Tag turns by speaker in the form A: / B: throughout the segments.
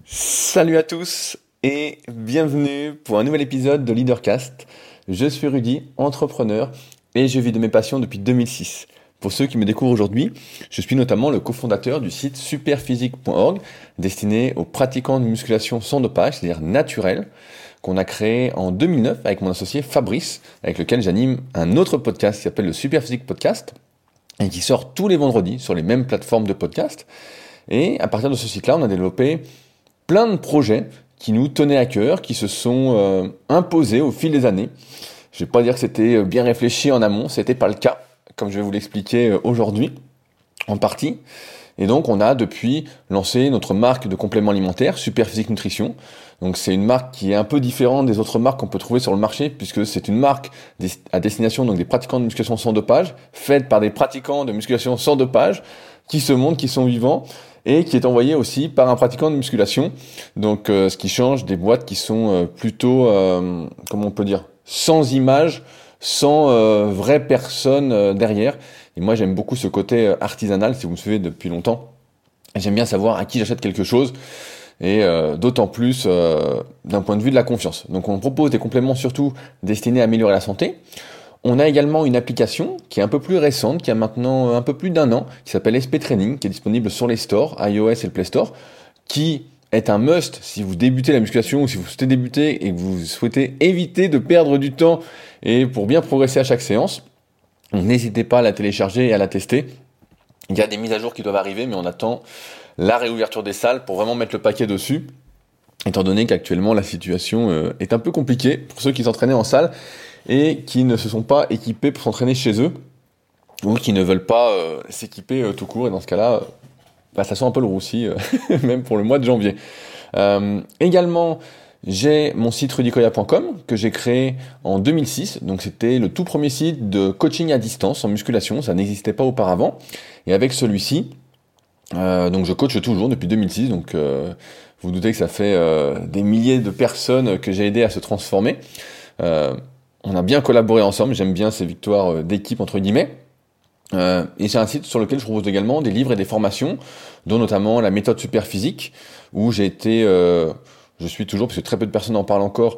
A: Salut à tous et bienvenue pour un nouvel épisode de Leadercast. Je suis Rudy, entrepreneur et je vis de mes passions depuis 2006. Pour ceux qui me découvrent aujourd'hui, je suis notamment le cofondateur du site superphysique.org destiné aux pratiquants de musculation sans dopage, c'est-à-dire naturel, qu'on a créé en 2009 avec mon associé Fabrice, avec lequel j'anime un autre podcast qui s'appelle le Superphysique Podcast et qui sort tous les vendredis sur les mêmes plateformes de podcast. Et à partir de ce site-là, on a développé plein de projets qui nous tenaient à cœur, qui se sont imposés au fil des années. Je vais pas dire que c'était bien réfléchi en amont, c'était pas le cas, comme je vais vous l'expliquer aujourd'hui, en partie. Et donc on a depuis lancé notre marque de compléments alimentaires, Superphysique Nutrition. Donc c'est une marque qui est un peu différente des autres marques qu'on peut trouver sur le marché, puisque c'est une marque à destination donc des pratiquants de musculation sans dopage, faite par des pratiquants de musculation sans dopage, qui se montrent, qui sont vivants, et qui est envoyé aussi par un pratiquant de musculation. Donc ce qui change des boîtes qui sont plutôt, comment on peut dire, sans image, sans vraie personne derrière. Et moi j'aime beaucoup ce côté artisanal, si vous me suivez depuis longtemps. J'aime bien savoir à qui j'achète quelque chose, et d'autant plus d'un point de vue de la confiance. Donc on propose des compléments surtout destinés à améliorer la santé. On a également une application qui est un peu plus récente, qui a maintenant un peu plus d'un an, qui s'appelle SP Training, qui est disponible sur les stores, iOS et le Play Store, qui est un must si vous débutez la musculation ou si vous souhaitez débuter et que vous souhaitez éviter de perdre du temps et pour bien progresser à chaque séance. N'hésitez pas à la télécharger et à la tester. Il y a des mises à jour qui doivent arriver, mais on attend la réouverture des salles pour vraiment mettre le paquet dessus, étant donné qu'actuellement la situation est un peu compliquée pour ceux qui s'entraînaient en salle et qui ne se sont pas équipés pour s'entraîner chez eux, ou qui ne veulent pas s'équiper tout court, et dans ce cas-là, ça sent un peu le roussi, même pour le mois de janvier. Également, j'ai mon site rudicoya.com que j'ai créé en 2006, donc c'était le tout premier site de coaching à distance en musculation, ça n'existait pas auparavant, et avec celui-ci, donc je coach toujours depuis 2006, donc vous vous doutez que ça fait des milliers de personnes que j'ai aidé à se transformer. On a bien collaboré ensemble, j'aime bien ces victoires d'équipe entre guillemets. Et c'est un site sur lequel je propose également des livres et des formations, dont notamment la méthode Superphysique, où j'ai été, je suis toujours, parce que très peu de personnes en parlent encore,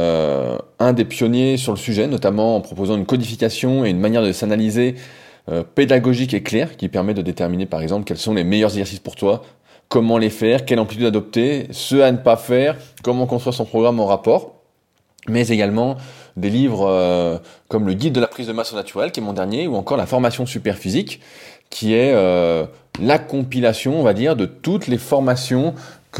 A: un des pionniers sur le sujet, notamment en proposant une codification et une manière de s'analyser pédagogique et claire, qui permet de déterminer par exemple quels sont les meilleurs exercices pour toi, comment les faire, quelle amplitude adopter, ce à ne pas faire, comment construire son programme en rapport, mais également des livres comme le guide de la prise de masse au naturel, qui est mon dernier, ou encore la formation Superphysique, qui est la compilation, on va dire, de toutes les formations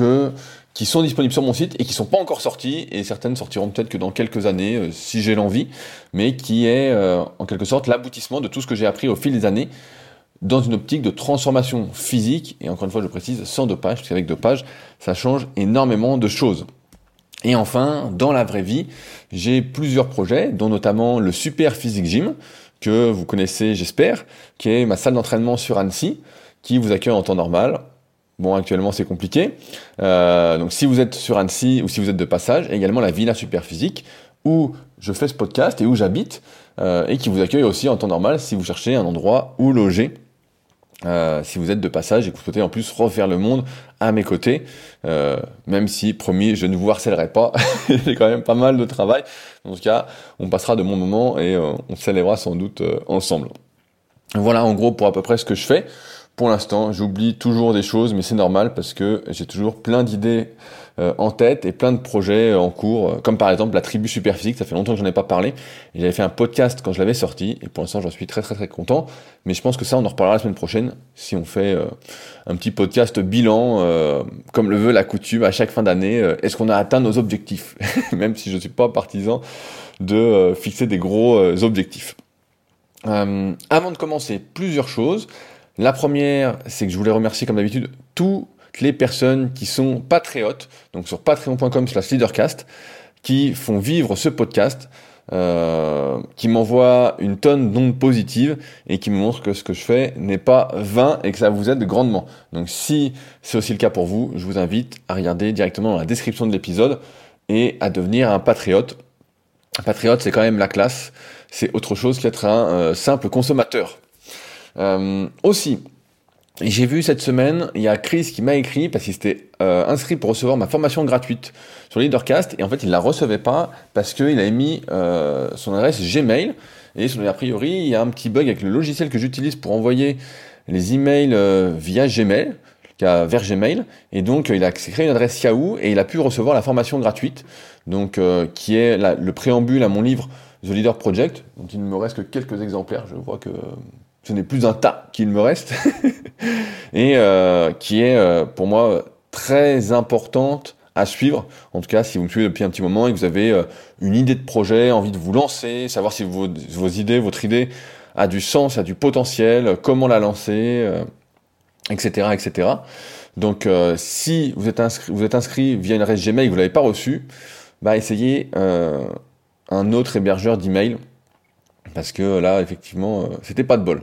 A: qui sont disponibles sur mon site et qui sont pas encore sorties, et certaines sortiront peut-être que dans quelques années, si j'ai l'envie, mais qui est en quelque sorte l'aboutissement de tout ce que j'ai appris au fil des années, dans une optique de transformation physique, et encore une fois je précise, sans dopage, parce qu'avec dopage, ça change énormément de choses. Et enfin, dans la vraie vie, j'ai plusieurs projets, dont notamment le Super Physique Gym, que vous connaissez j'espère, qui est ma salle d'entraînement sur Annecy, qui vous accueille en temps normal. Bon, actuellement c'est compliqué. Donc si vous êtes sur Annecy ou si vous êtes de passage, également la Villa Super Physique, où je fais ce podcast et où j'habite, et qui vous accueille aussi en temps normal si vous cherchez un endroit où loger. Si vous êtes de passage et que vous souhaitez en plus refaire le monde à mes côtés, même si, promis, je ne vous harcèlerai pas, j'ai quand même pas mal de travail. En tout cas, on passera de bons moments et on célébrera sans doute ensemble. Voilà en gros pour à peu près ce que je fais. Pour l'instant, j'oublie toujours des choses, mais c'est normal parce que j'ai toujours plein d'idées en tête et plein de projets en cours, comme par exemple la tribu Superphysique, ça fait longtemps que j'en ai pas parlé, et j'avais fait un podcast quand je l'avais sorti, et pour l'instant j'en suis très très très content, mais je pense que ça on en reparlera la semaine prochaine, si on fait un petit podcast bilan, comme le veut la coutume, à chaque fin d'année, est-ce qu'on a atteint nos objectifs, même si je suis pas partisan de fixer des gros objectifs. Avant de commencer, plusieurs choses. La première, c'est que je voulais remercier comme d'habitude toutes les personnes qui sont patriotes, donc sur patreon.com/leadercast, qui font vivre ce podcast, qui m'envoient une tonne d'ondes positives et qui me montrent que ce que je fais n'est pas vain et que ça vous aide grandement. Donc si c'est aussi le cas pour vous, je vous invite à regarder directement dans la description de l'épisode et à devenir un patriote. Un patriote, c'est quand même la classe, c'est autre chose qu'être un simple consommateur. Aussi, Et j'ai vu cette semaine, il y a Chris qui m'a écrit parce qu'il s'était inscrit pour recevoir ma formation gratuite sur Leadercast et en fait il la recevait pas parce qu'il avait mis son adresse Gmail et a priori il y a un petit bug avec le logiciel que j'utilise pour envoyer les emails via Gmail, vers Gmail, et donc il a créé une adresse Yahoo et il a pu recevoir la formation gratuite, donc qui est le préambule à mon livre The Leader Project, dont il ne me reste que quelques exemplaires, je vois que ce n'est plus un tas qu'il me reste, et qui est pour moi très importante à suivre, en tout cas si vous me suivez depuis un petit moment et que vous avez une idée de projet, envie de vous lancer, savoir si votre idée a du sens, a du potentiel, comment la lancer, etc., etc. Donc si vous êtes inscrit via une adresse Gmail et que vous l'avez pas reçu, bah essayez un autre hébergeur d'email, parce que là effectivement c'était pas de bol.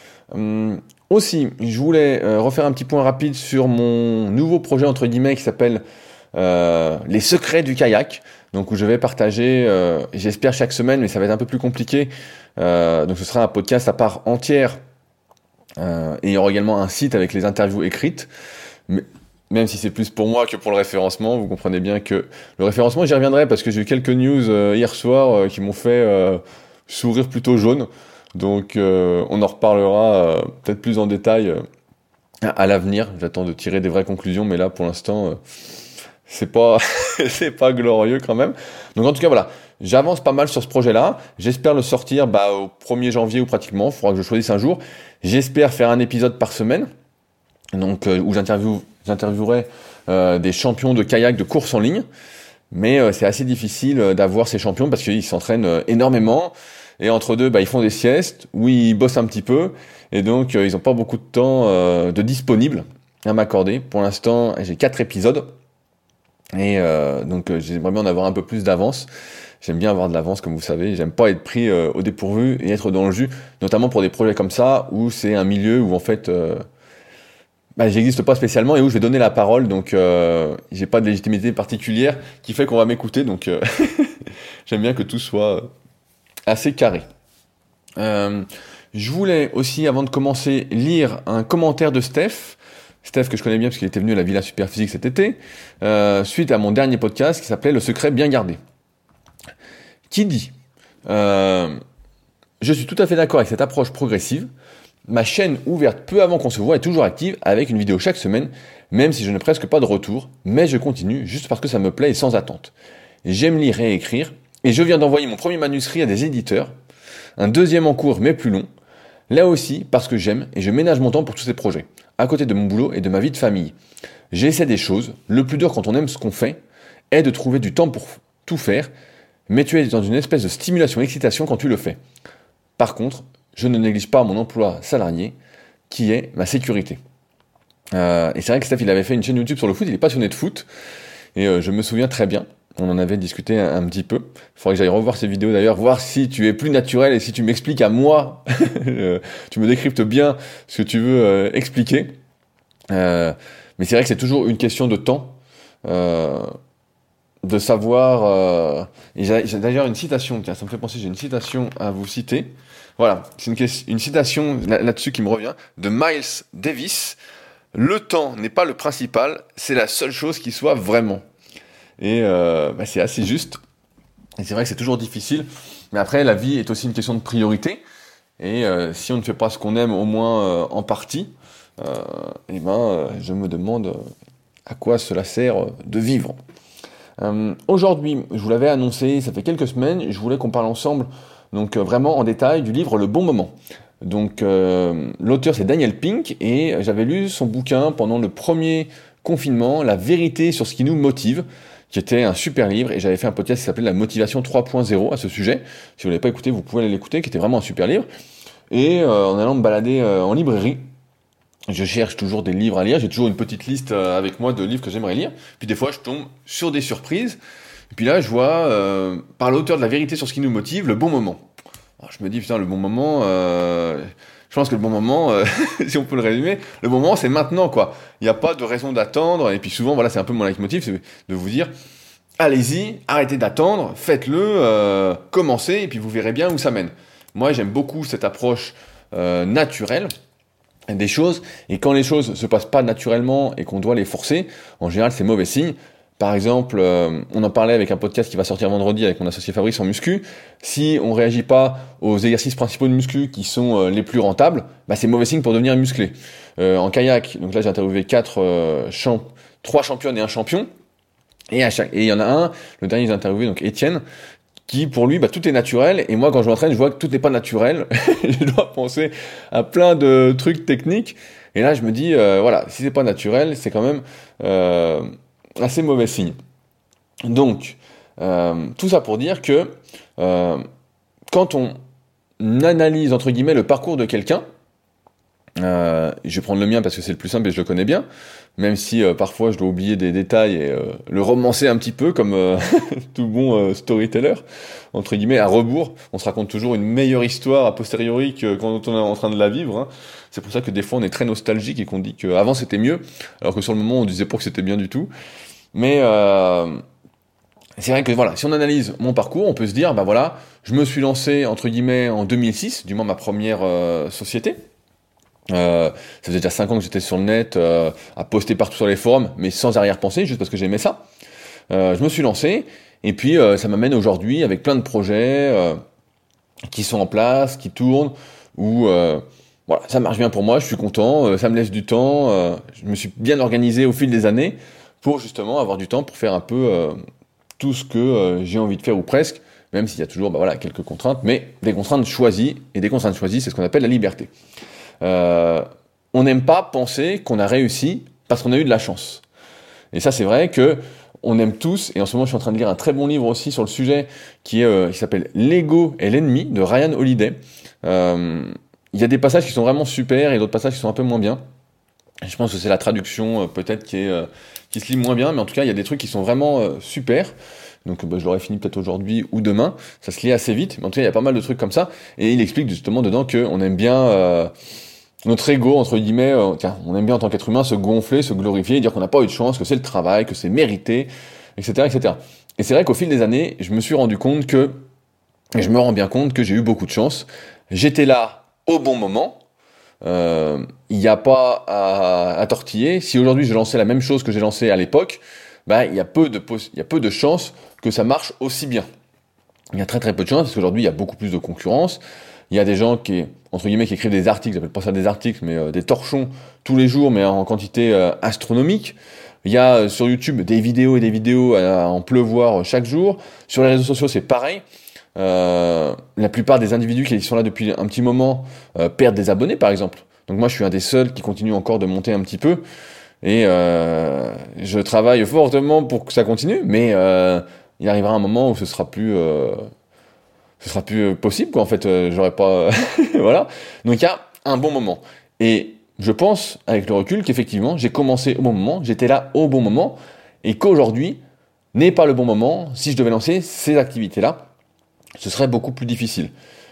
A: Aussi, je voulais refaire un petit point rapide sur mon nouveau projet entre guillemets qui s'appelle les secrets du kayak, donc où je vais partager, j'espère chaque semaine, mais ça va être un peu plus compliqué, donc ce sera un podcast à part entière, et il y aura également un site avec les interviews écrites, mais même si c'est plus pour moi que pour le référencement, vous comprenez bien que le référencement, j'y reviendrai parce que j'ai eu quelques news hier soir qui m'ont fait sourire plutôt jaune. Donc on en reparlera peut-être plus en détail à l'avenir. J'attends de tirer des vraies conclusions, mais là pour l'instant c'est pas c'est pas glorieux quand même. Donc en tout cas voilà, j'avance pas mal sur ce projet-là. J'espère le sortir au 1er janvier ou pratiquement. Il faudra que je choisisse un jour. J'espère faire un épisode par semaine, donc où j'interviewerai des champions de kayak de course en ligne. Mais c'est assez difficile d'avoir ces champions parce qu'ils s'entraînent énormément. Et entre deux, ils font des siestes, où ils bossent un petit peu, et donc ils n'ont pas beaucoup de temps de disponible à m'accorder. Pour l'instant, j'ai 4 épisodes, et donc j'aimerais bien en avoir un peu plus d'avance. J'aime bien avoir de l'avance, comme vous savez. J'aime pas être pris au dépourvu et être dans le jus, notamment pour des projets comme ça, où c'est un milieu où en fait j'existe pas spécialement et où je vais donner la parole, donc j'ai pas de légitimité particulière qui fait qu'on va m'écouter, donc j'aime bien que tout soit assez carré. Je voulais aussi, avant de commencer, lire un commentaire de Steph que je connais bien parce qu'il était venu à la Villa Superphysique cet été, suite à mon dernier podcast qui s'appelait Le secret bien gardé, qui dit je suis tout à fait d'accord avec cette approche progressive. Ma chaîne ouverte peu avant qu'on se voit est toujours active avec une vidéo chaque semaine, même si je n'ai presque pas de retour, mais je continue juste parce que ça me plaît et sans attente. J'aime lire et écrire, et je viens d'envoyer mon premier manuscrit à des éditeurs, un deuxième en cours mais plus long, là aussi parce que j'aime et je ménage mon temps pour tous ces projets, à côté de mon boulot et de ma vie de famille. J'essaie des choses, le plus dur quand on aime ce qu'on fait, est de trouver du temps pour tout faire, mais tu es dans une espèce de stimulation-excitation quand tu le fais. Par contre, je ne néglige pas mon emploi salarié, qui est ma sécurité. Et c'est vrai que Steph, il avait fait une chaîne YouTube sur le foot, il est passionné de foot, et je me souviens très bien, on en avait discuté un petit peu. Il faudrait que j'aille revoir ces vidéos d'ailleurs, voir si tu es plus naturel et si tu m'expliques à moi, tu me décryptes bien ce que tu veux expliquer. Mais c'est vrai que c'est toujours une question de temps, de savoir... et j'ai d'ailleurs une citation, tiens, ça me fait penser, j'ai une citation à vous citer. Voilà, c'est une citation là-dessus qui me revient, de Miles Davis. « Le temps n'est pas le principal, c'est la seule chose qui soit vraiment. » Et c'est assez juste. Et c'est vrai que c'est toujours difficile. Mais après, la vie est aussi une question de priorité. Et si on ne fait pas ce qu'on aime, au moins en partie, je me demande à quoi cela sert de vivre. Aujourd'hui, je vous l'avais annoncé, ça fait quelques semaines, je voulais qu'on parle ensemble, donc vraiment en détail, du livre Le Bon Moment. Donc l'auteur c'est Daniel Pink, et j'avais lu son bouquin pendant le premier confinement, La vérité sur ce qui nous motive, qui était un super livre, et j'avais fait un podcast qui s'appelait La motivation 3.0 à ce sujet. Si vous ne l'avez pas écouté, vous pouvez aller l'écouter, qui était vraiment un super livre. Et en allant me balader en librairie, je cherche toujours des livres à lire, j'ai toujours une petite liste avec moi de livres que j'aimerais lire, puis des fois je tombe sur des surprises, et puis là je vois, par l'auteur de La vérité sur ce qui nous motive, Le Bon Moment. Alors, je me dis, putain, le bon moment, je pense que le bon moment, si on peut le résumer, le bon moment c'est maintenant, quoi. Il n'y a pas de raison d'attendre, et puis souvent, voilà, c'est un peu mon leitmotiv, c'est de vous dire, allez-y, arrêtez d'attendre, faites-le, commencez, et puis vous verrez bien où ça mène. Moi, j'aime beaucoup cette approche naturelle, des choses, et quand les choses se passent pas naturellement et qu'on doit les forcer, en général c'est mauvais signe. Par exemple, on en parlait avec un podcast qui va sortir vendredi avec mon associé Fabrice en muscu. Si on réagit pas aux exercices principaux de muscu qui sont les plus rentables, bah c'est mauvais signe pour devenir musclé. En kayak, donc là j'ai interviewé 3 championnes et un champion. Et il y en a un, le dernier que j'ai interviewé, donc Étienne, qui pour lui, bah, tout est naturel. Et moi, quand je m'entraîne, je vois que tout n'est pas naturel. Je dois penser à plein de trucs techniques. Et là, je me dis, voilà, si c'est pas naturel, c'est quand même assez mauvais signe. Donc, tout ça pour dire que quand on analyse, entre guillemets, le parcours de quelqu'un, je vais prendre le mien parce que c'est le plus simple et je le connais bien, même si parfois je dois oublier des détails et le romancer un petit peu comme tout bon storyteller, entre guillemets, à rebours. On se raconte toujours une meilleure histoire a posteriori que quand on est en train de la vivre. Hein. C'est pour ça que des fois on est très nostalgique et qu'on dit qu'avant c'était mieux, alors que sur le moment on disait pas que c'était bien du tout. Mais c'est vrai que voilà, si on analyse mon parcours, on peut se dire, bah voilà, je me suis lancé entre guillemets en 2006, du moins ma première société. Ça faisait déjà 5 ans que j'étais sur le net, à poster partout sur les forums, mais sans arrière-pensée, juste parce que j'aimais ça. Je me suis lancé, et puis ça m'amène aujourd'hui avec plein de projets qui sont en place, qui tournent, où voilà, ça marche bien pour moi, je suis content, ça me laisse du temps, je me suis bien organisé au fil des années pour justement avoir du temps pour faire un peu tout ce que j'ai envie de faire ou presque, même s'il y a toujours bah, voilà, quelques contraintes, mais des contraintes choisies, et des contraintes choisies, c'est ce qu'on appelle la liberté. On n'aime pas penser qu'on a réussi parce qu'on a eu de la chance. Et ça, c'est vrai que on aime tous, et en ce moment, je suis en train de lire un très bon livre aussi sur le sujet qui s'appelle L'ego est l'ennemi de Ryan Holiday. Il y a des passages qui sont vraiment super et d'autres passages qui sont un peu moins bien. Je pense que c'est la traduction peut-être qui se lit moins bien, mais en tout cas, il y a des trucs qui sont vraiment super. Donc bah, je l'aurais fini peut-être aujourd'hui ou demain. Ça se lit assez vite, mais en tout cas, il y a pas mal de trucs comme ça. Et il explique justement dedans qu'on aime bien notre ego, entre guillemets, on aime bien en tant qu'être humain se gonfler, se glorifier, dire qu'on n'a pas eu de chance, que c'est le travail, que c'est mérité, etc., etc. Et c'est vrai qu'au fil des années, je me suis rendu compte et je me rends bien compte que j'ai eu beaucoup de chance. J'étais là au bon moment. Il n'y a pas à tortiller. Si aujourd'hui je lançais la même chose que j'ai lancé à l'époque, bah, il y a peu de chances que ça marche aussi bien. Il y a très très peu de chances parce qu'aujourd'hui il y a beaucoup plus de concurrence. Il y a des gens qui, entre guillemets, qui écrivent des articles, j'appelle pas ça des articles, mais des torchons tous les jours, mais en quantité astronomique. Il y a sur YouTube des vidéos et des vidéos à en pleuvoir chaque jour. Sur les réseaux sociaux, c'est pareil. La plupart des individus qui sont là depuis un petit moment perdent des abonnés, par exemple. Donc moi, je suis un des seuls qui continue encore de monter un petit peu. Et je travaille fortement pour que ça continue, mais il arrivera un moment où ce sera plus possible, quoi. En fait, j'aurais pas, voilà. Donc il y a un bon moment. Et je pense, avec le recul, qu'effectivement, j'ai commencé au bon moment, j'étais là au bon moment, et qu'aujourd'hui n'est pas le bon moment. Si je devais lancer ces activités-là, ce serait beaucoup plus difficile.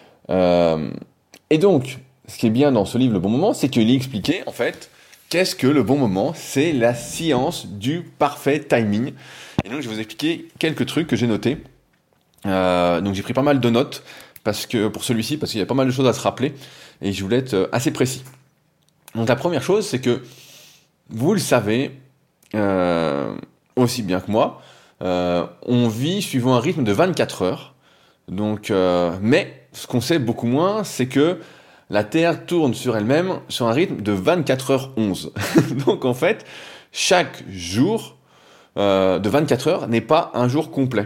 A: Et donc, ce qui est bien dans ce livre, Le Bon Moment, c'est qu'il expliquait, en fait, qu'est-ce que le bon moment? C'est la science du parfait timing. Et donc, je vais vous expliquer quelques trucs que j'ai notés. Donc, j'ai pris pas mal de notes pour celui-ci, parce qu'il y a pas mal de choses à se rappeler, et je voulais être assez précis. Donc, la première chose, c'est que, vous le savez, aussi bien que moi, on vit suivant un rythme de 24 heures. Donc, mais ce qu'on sait beaucoup moins, c'est que la Terre tourne sur elle-même sur un rythme de 24h11. Donc en fait, chaque jour de 24 heures n'est pas un jour complet.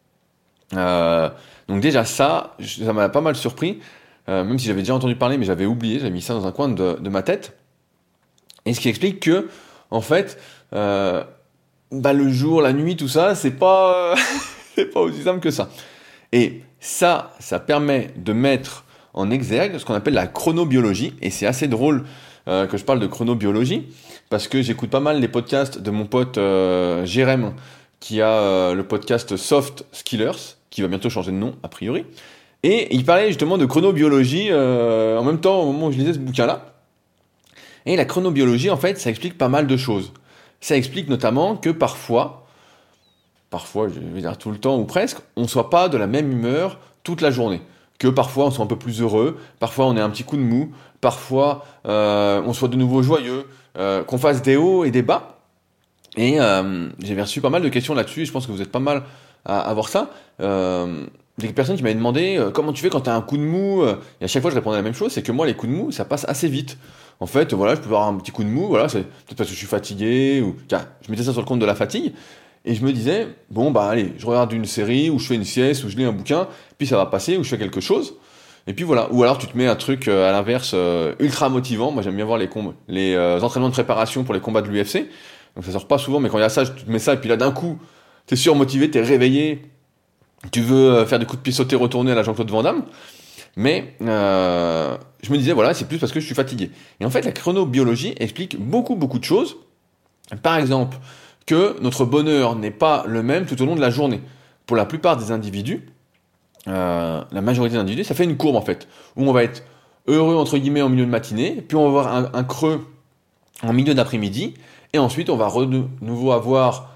A: Donc déjà ça m'a pas mal surpris, même si j'avais déjà entendu parler, mais j'avais oublié, j'avais mis ça dans un coin de ma tête. Et ce qui explique que, en fait, le jour, la nuit, tout ça, c'est pas, c'est pas aussi simple que ça. Et ça permet de mettre en exergue ce qu'on appelle la chronobiologie, et c'est assez drôle que je parle de chronobiologie, parce que j'écoute pas mal les podcasts de mon pote Jérém, qui a le podcast Soft Skillers, qui va bientôt changer de nom, a priori, et il parlait justement de chronobiologie en même temps au moment où je lisais ce bouquin-là. Et la chronobiologie, en fait, ça explique pas mal de choses. Ça explique notamment que parfois, je vais dire tout le temps ou presque, on ne soit pas de la même humeur toute la journée. que parfois on soit un peu plus heureux, parfois on ait un petit coup de mou, parfois on soit de nouveau joyeux, qu'on fasse des hauts et des bas. Et j'avais reçu pas mal de questions là-dessus, et je pense que vous êtes pas mal à avoir ça. Des personnes qui m'avaient demandé comment tu fais quand tu as un coup de mou, et à chaque fois je répondais la même chose, c'est que moi les coups de mou ça passe assez vite. En fait, voilà, je peux avoir un petit coup de mou, voilà, c'est peut-être parce que je suis fatigué, ou car je mettais ça sur le compte de la fatigue, et je me disais, bon bah allez, je regarde une série, ou je fais une sieste, ou je lis un bouquin, puis ça va passer, ou je fais quelque chose, et puis voilà. Ou alors tu te mets un truc à l'inverse ultra motivant, moi j'aime bien voir les entraînements de préparation pour les combats de l'UFC, donc ça sort pas souvent, mais quand il y a ça, tu te mets ça, et puis là d'un coup, t'es surmotivé, t'es réveillé, tu veux faire des coups de pied sauter retourner à la Jean-Claude Van Damme, mais je me disais, voilà, c'est plus parce que je suis fatigué. Et en fait, la chronobiologie explique beaucoup, beaucoup de choses. Par exemple, que notre bonheur n'est pas le même tout au long de la journée. Pour la plupart des individus, la majorité des individus, ça fait une courbe en fait, où on va être heureux entre guillemets en milieu de matinée, puis on va avoir un creux en milieu d'après-midi, et ensuite on va de nouveau avoir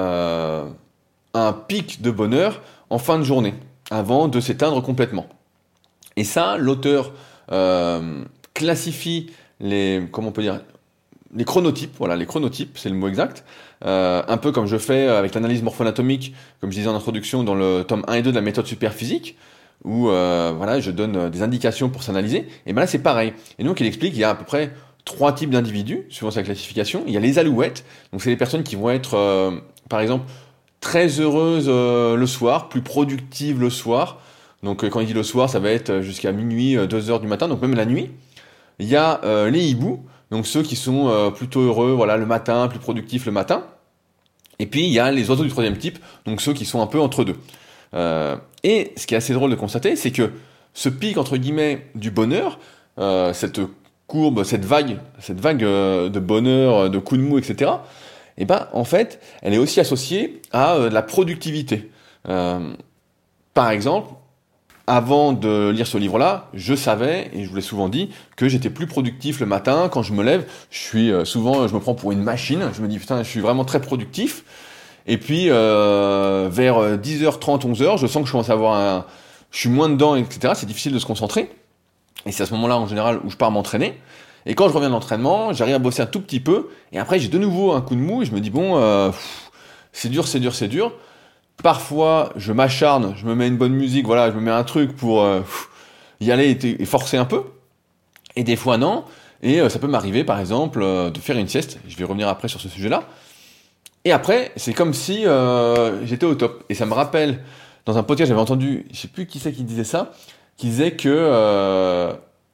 A: un pic de bonheur en fin de journée, avant de s'éteindre complètement. Et ça, l'auteur classifie comment on peut dire, les chronotypes, voilà, les chronotypes, c'est le mot exact, un peu comme je fais avec l'analyse morpho-anatomique, comme je disais en introduction dans le tome 1 et 2 de la méthode superphysique, où voilà, je donne des indications pour s'analyser, et ben là c'est pareil. Et donc il explique qu'il y a à peu près 3 types d'individus, suivant sa classification. Il y a les alouettes, donc c'est les personnes qui vont être, par exemple, très heureuses le soir, plus productives le soir. Donc quand il dit le soir, ça va être jusqu'à minuit, 2 heures du matin, donc même la nuit. Il y a les hiboux, donc ceux qui sont plutôt heureux, voilà, le matin, plus productifs le matin. Et puis il y a les oiseaux du troisième type, donc ceux qui sont un peu entre deux. Et ce qui est assez drôle de constater, c'est que ce pic entre guillemets du bonheur, cette courbe, cette vague de bonheur, de coups de mou, etc. Et ben en fait, elle est aussi associée à de la productivité. Par exemple, avant de lire ce livre-là, je savais, et je vous l'ai souvent dit, que j'étais plus productif le matin. Quand je me lève, je me prends pour une machine. Je me dis, putain, je suis vraiment très productif. Et puis, vers 10h30, 11h, je sens que je commence à je suis moins dedans, etc. C'est difficile de se concentrer. Et c'est à ce moment-là, en général, où je pars m'entraîner. Et quand je reviens de l'entraînement, j'arrive à bosser un tout petit peu. Et après, j'ai de nouveau un coup de mou. Et je me dis, bon, c'est dur, c'est dur, c'est dur. Parfois, je m'acharne, je me mets une bonne musique, voilà, je me mets un truc pour y aller et forcer un peu. Et des fois, non. Et ça peut m'arriver, par exemple, de faire une sieste. Je vais revenir après sur ce sujet-là. Et après, c'est comme si j'étais au top. Et ça me rappelle, dans un podcast, j'avais entendu, je sais plus qui c'est qui disait ça, qui disait que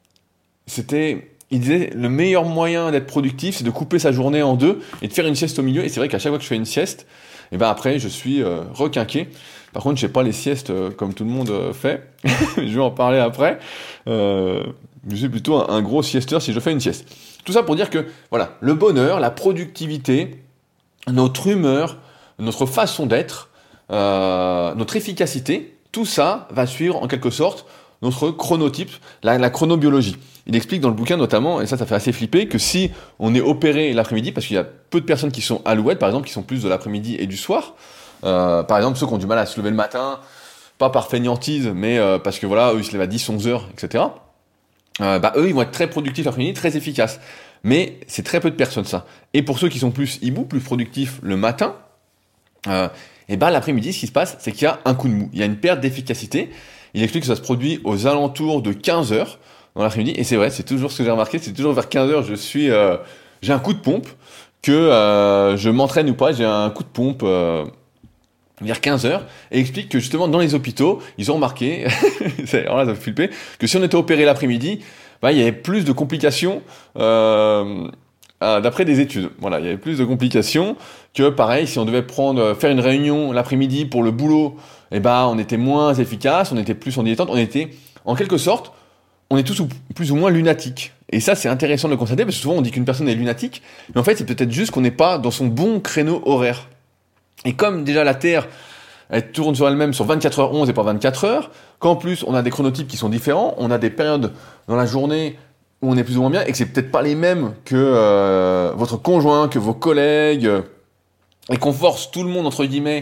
A: il disait le meilleur moyen d'être productif, c'est de couper sa journée en deux et de faire une sieste au milieu. Et c'est vrai qu'à chaque fois que je fais une sieste, et ben après je suis requinqué. Par contre, je fais pas les siestes comme tout le monde fait. Je vais en parler après. Je suis plutôt un gros siesteur si je fais une sieste. Tout ça pour dire que voilà, le bonheur, la productivité, notre humeur, notre façon d'être, notre efficacité, tout ça va suivre en quelque sorte notre chronotype, la chronobiologie. Il explique dans le bouquin notamment, et ça fait assez flipper, que si on est opéré l'après-midi, parce qu'il y a peu de personnes qui sont alouettes, par exemple, qui sont plus de l'après-midi et du soir, par exemple ceux qui ont du mal à se lever le matin, pas par fainéantise, mais parce que voilà, eux ils se lèvent à 10, 11 heures, etc. Eux ils vont être très productifs l'après-midi, très efficaces. Mais c'est très peu de personnes ça. Et pour ceux qui sont plus hiboux, plus productifs le matin, l'après-midi, ce qui se passe, c'est qu'il y a un coup de mou. Il y a une perte d'efficacité. Il explique que ça se produit aux alentours de 15 heures dans l'après-midi. Et c'est vrai, c'est toujours ce que j'ai remarqué, c'est toujours vers 15 heures, j'ai un coup de pompe, que je m'entraîne ou pas, j'ai un coup de pompe vers 15 heures. Et explique que justement, dans les hôpitaux, ils ont remarqué, alors là, ça me fait flipper, que si on était opéré l'après-midi, il y avait plus de complications, d'après des études. Voilà, il y avait plus de complications que pareil, si on devait faire une réunion l'après-midi pour le boulot, on était moins efficace, on était plus en dilettante, on était, en quelque sorte, on est tous plus ou moins lunatiques. Et ça, c'est intéressant de le constater, parce que souvent on dit qu'une personne est lunatique, mais en fait, c'est peut-être juste qu'on n'est pas dans son bon créneau horaire. Et comme déjà la Terre, elle tourne sur elle-même sur 24h11 et pas 24 heures, qu'en plus on a des chronotypes qui sont différents, on a des périodes dans la journée où on est plus ou moins bien, et que c'est peut-être pas les mêmes que votre conjoint, que vos collègues, et qu'on force tout le monde, entre guillemets,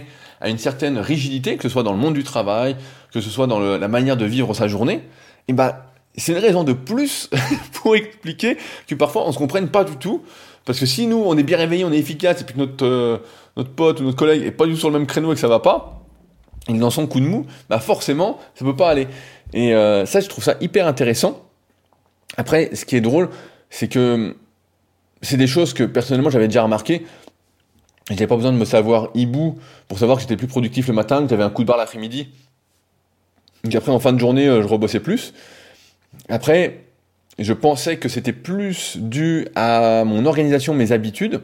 A: à une certaine rigidité, que ce soit dans le monde du travail, que ce soit dans la manière de vivre sa journée, et ben c'est une raison de plus pour expliquer que parfois on se comprenne pas du tout, parce que si nous on est bien réveillé, on est efficace, et puis que notre pote ou notre collègue est pas du tout sur le même créneau et que ça va pas, il est dans son coup de mou, bah forcément ça peut pas aller. Et ça je trouve ça hyper intéressant. Après ce qui est drôle, c'est que c'est des choses que personnellement j'avais déjà remarqué. J'avais pas besoin de me savoir hibou pour savoir que j'étais plus productif le matin, que j'avais un coup de barre l'après-midi. Donc après en fin de journée je rebossais plus. Après je pensais que c'était plus dû à mon organisation, mes habitudes,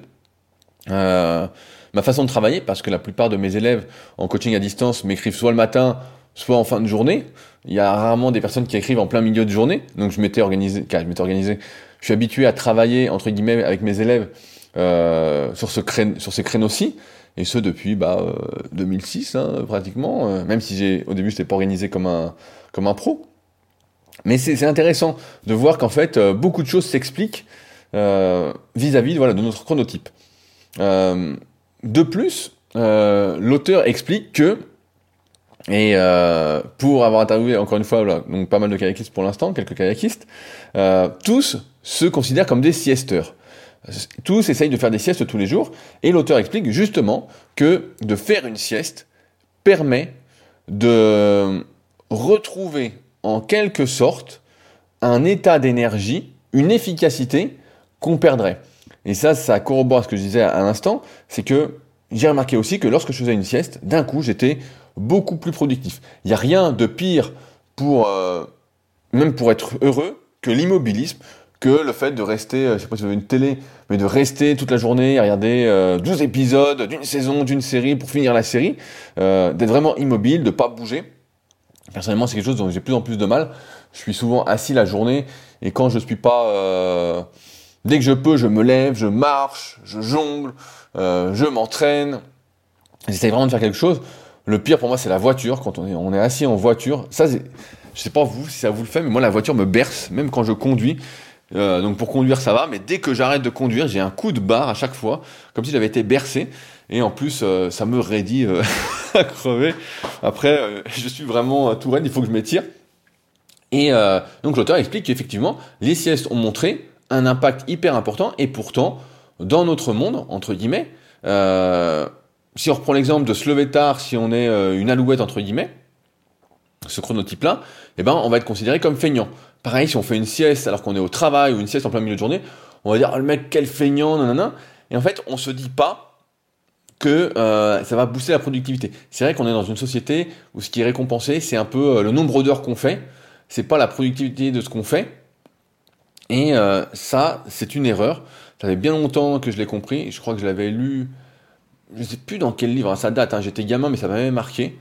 A: ma façon de travailler, parce que la plupart de mes élèves en coaching à distance m'écrivent soit le matin, soit en fin de journée. Il y a rarement des personnes qui écrivent en plein milieu de journée, donc je m'étais organisé. Je suis habitué à travailler entre guillemets avec mes élèves sur ces créneaux-ci, et ce depuis 2006 pratiquement. Même si au début je n'étais pas organisé comme un pro. Mais c'est intéressant de voir qu'en fait beaucoup de choses s'expliquent vis-à-vis de notre chronotype. De plus, l'auteur explique que, et pour avoir interviewé encore une fois donc pas mal de kayakistes pour l'instant, quelques kayakistes, tous se considèrent comme des siesteurs. Tous essayent de faire des siestes tous les jours, et l'auteur explique justement que de faire une sieste permet de retrouver en quelque sorte un état d'énergie, une efficacité qu'on perdrait. Et ça corrobore ce que je disais à l'instant, c'est que j'ai remarqué aussi que lorsque je faisais une sieste, d'un coup j'étais beaucoup plus productif. Il n'y a rien de pire même pour être heureux, que l'immobilisme, que le fait de rester, je sais pas si vous avez une télé, mais de rester toute la journée à regarder 12 épisodes d'une saison, d'une série pour finir la série, d'être vraiment immobile, de pas bouger. Personnellement, c'est quelque chose dont j'ai de plus en plus de mal. Je suis souvent assis la journée, et quand je suis pas... dès que je peux, je me lève, je marche, je jongle, je m'entraîne. J'essaie vraiment de faire quelque chose. Le pire pour moi, c'est la voiture, quand on est assis en voiture. Ça, je sais pas vous, si ça vous le fait, mais moi, la voiture me berce, même quand je conduis. Donc pour conduire, ça va, mais dès que j'arrête de conduire, j'ai un coup de barre à chaque fois, comme si j'avais été bercé. Et en plus, ça me raidit à crever. Après, je suis vraiment tout raide, il faut que je m'étire. Et donc l'auteur explique qu'effectivement, les siestes ont montré un impact hyper important, et pourtant, dans notre monde, entre guillemets, si on reprend l'exemple de se lever tard, si on est une alouette, entre guillemets, ce chronotype-là, eh ben, on va être considéré comme feignant. Pareil, si on fait une sieste alors qu'on est au travail, ou une sieste en plein milieu de journée, on va dire, oh, le mec, quel feignant, nanana. Et en fait, on se dit pas que ça va booster la productivité. C'est vrai qu'on est dans une société où ce qui est récompensé, c'est un peu le nombre d'heures qu'on fait, c'est pas la productivité de ce qu'on fait. Et ça, c'est une erreur. Ça fait bien longtemps que je l'ai compris, et je crois que je l'avais lu, je sais plus dans quel livre, ça date, j'étais gamin, mais ça m'avait marqué,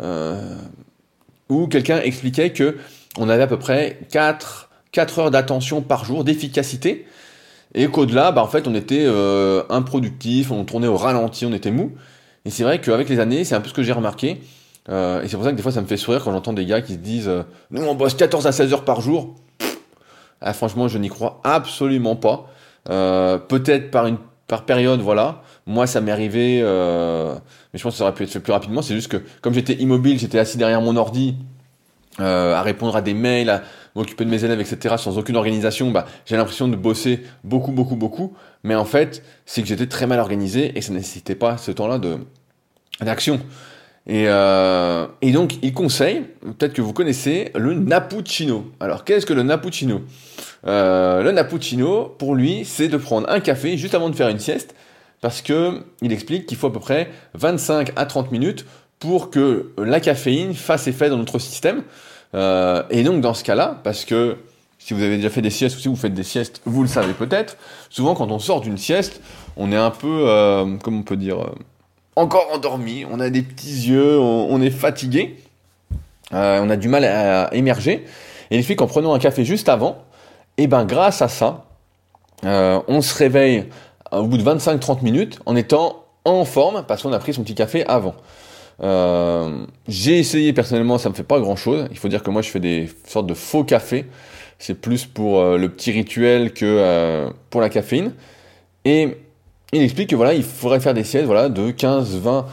A: où quelqu'un expliquait que on avait à peu près 4 heures d'attention par jour, d'efficacité, et qu'au-delà, en fait, on était improductif, on tournait au ralenti, on était mou. Et c'est vrai qu'avec les années, c'est un peu ce que j'ai remarqué, et c'est pour ça que des fois ça me fait sourire quand j'entends des gars qui se disent nous on bosse 14 à 16 heures par jour. Franchement, je n'y crois absolument pas. Peut-être par période, voilà. Moi, ça m'est arrivé, mais je pense que ça aurait pu être fait plus rapidement. C'est juste que, comme j'étais immobile, j'étais assis derrière mon ordi, à répondre à des mails, à m'occuper de mes élèves, etc., sans aucune organisation, j'ai l'impression de bosser beaucoup, beaucoup, beaucoup. Mais en fait, c'est que j'étais très mal organisé, et ça ne nécessitait pas ce temps-là d'action. Et donc, il conseille, peut-être que vous connaissez, le Nappuccino. Alors, qu'est-ce que le Nappuccino ? Le Nappuccino, pour lui, c'est de prendre un café juste avant de faire une sieste, parce que il explique qu'il faut à peu près 25 à 30 minutes pour que la caféine fasse effet dans notre système. Et donc, dans ce cas-là, parce que si vous avez déjà fait des siestes, ou si vous faites des siestes, vous le savez peut-être, souvent quand on sort d'une sieste, on est un peu, comment on peut dire... encore endormi, on a des petits yeux, on est fatigué, on a du mal à émerger. Et il explique qu'en prenant un café juste avant, et grâce à ça, on se réveille au bout de 25-30 minutes en étant en forme parce qu'on a pris son petit café avant. J'ai essayé personnellement, ça me fait pas grand chose. Il faut dire que moi je fais des sortes de faux cafés. C'est plus pour le petit rituel que pour la caféine. Et il explique que voilà, il faudrait faire des siestes de 15, 20,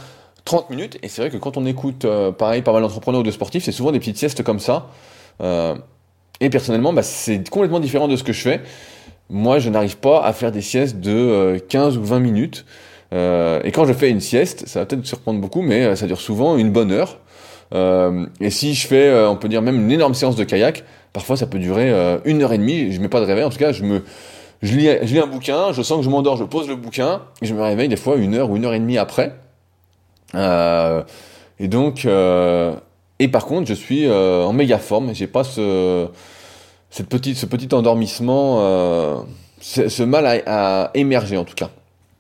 A: 30 minutes. Et c'est vrai que quand on écoute, pareil, pas mal d'entrepreneurs ou de sportifs, c'est souvent des petites siestes comme ça. Et personnellement, c'est complètement différent de ce que je fais. Moi, je n'arrive pas à faire des siestes de 15 ou 20 minutes. Et quand je fais une sieste, ça va peut-être surprendre beaucoup, mais ça dure souvent une bonne heure. Et si je fais, on peut dire même une énorme séance de kayak, parfois ça peut durer 1 heure et demie. Je mets pas de réveil, en tout cas, je lis un bouquin, je sens que je m'endors, je pose le bouquin, et je me réveille des fois 1 heure ou 1 heure et demie après. Et donc, et par contre, je suis en méga forme. J'ai pas ce petit endormissement, ce mal à émerger en tout cas.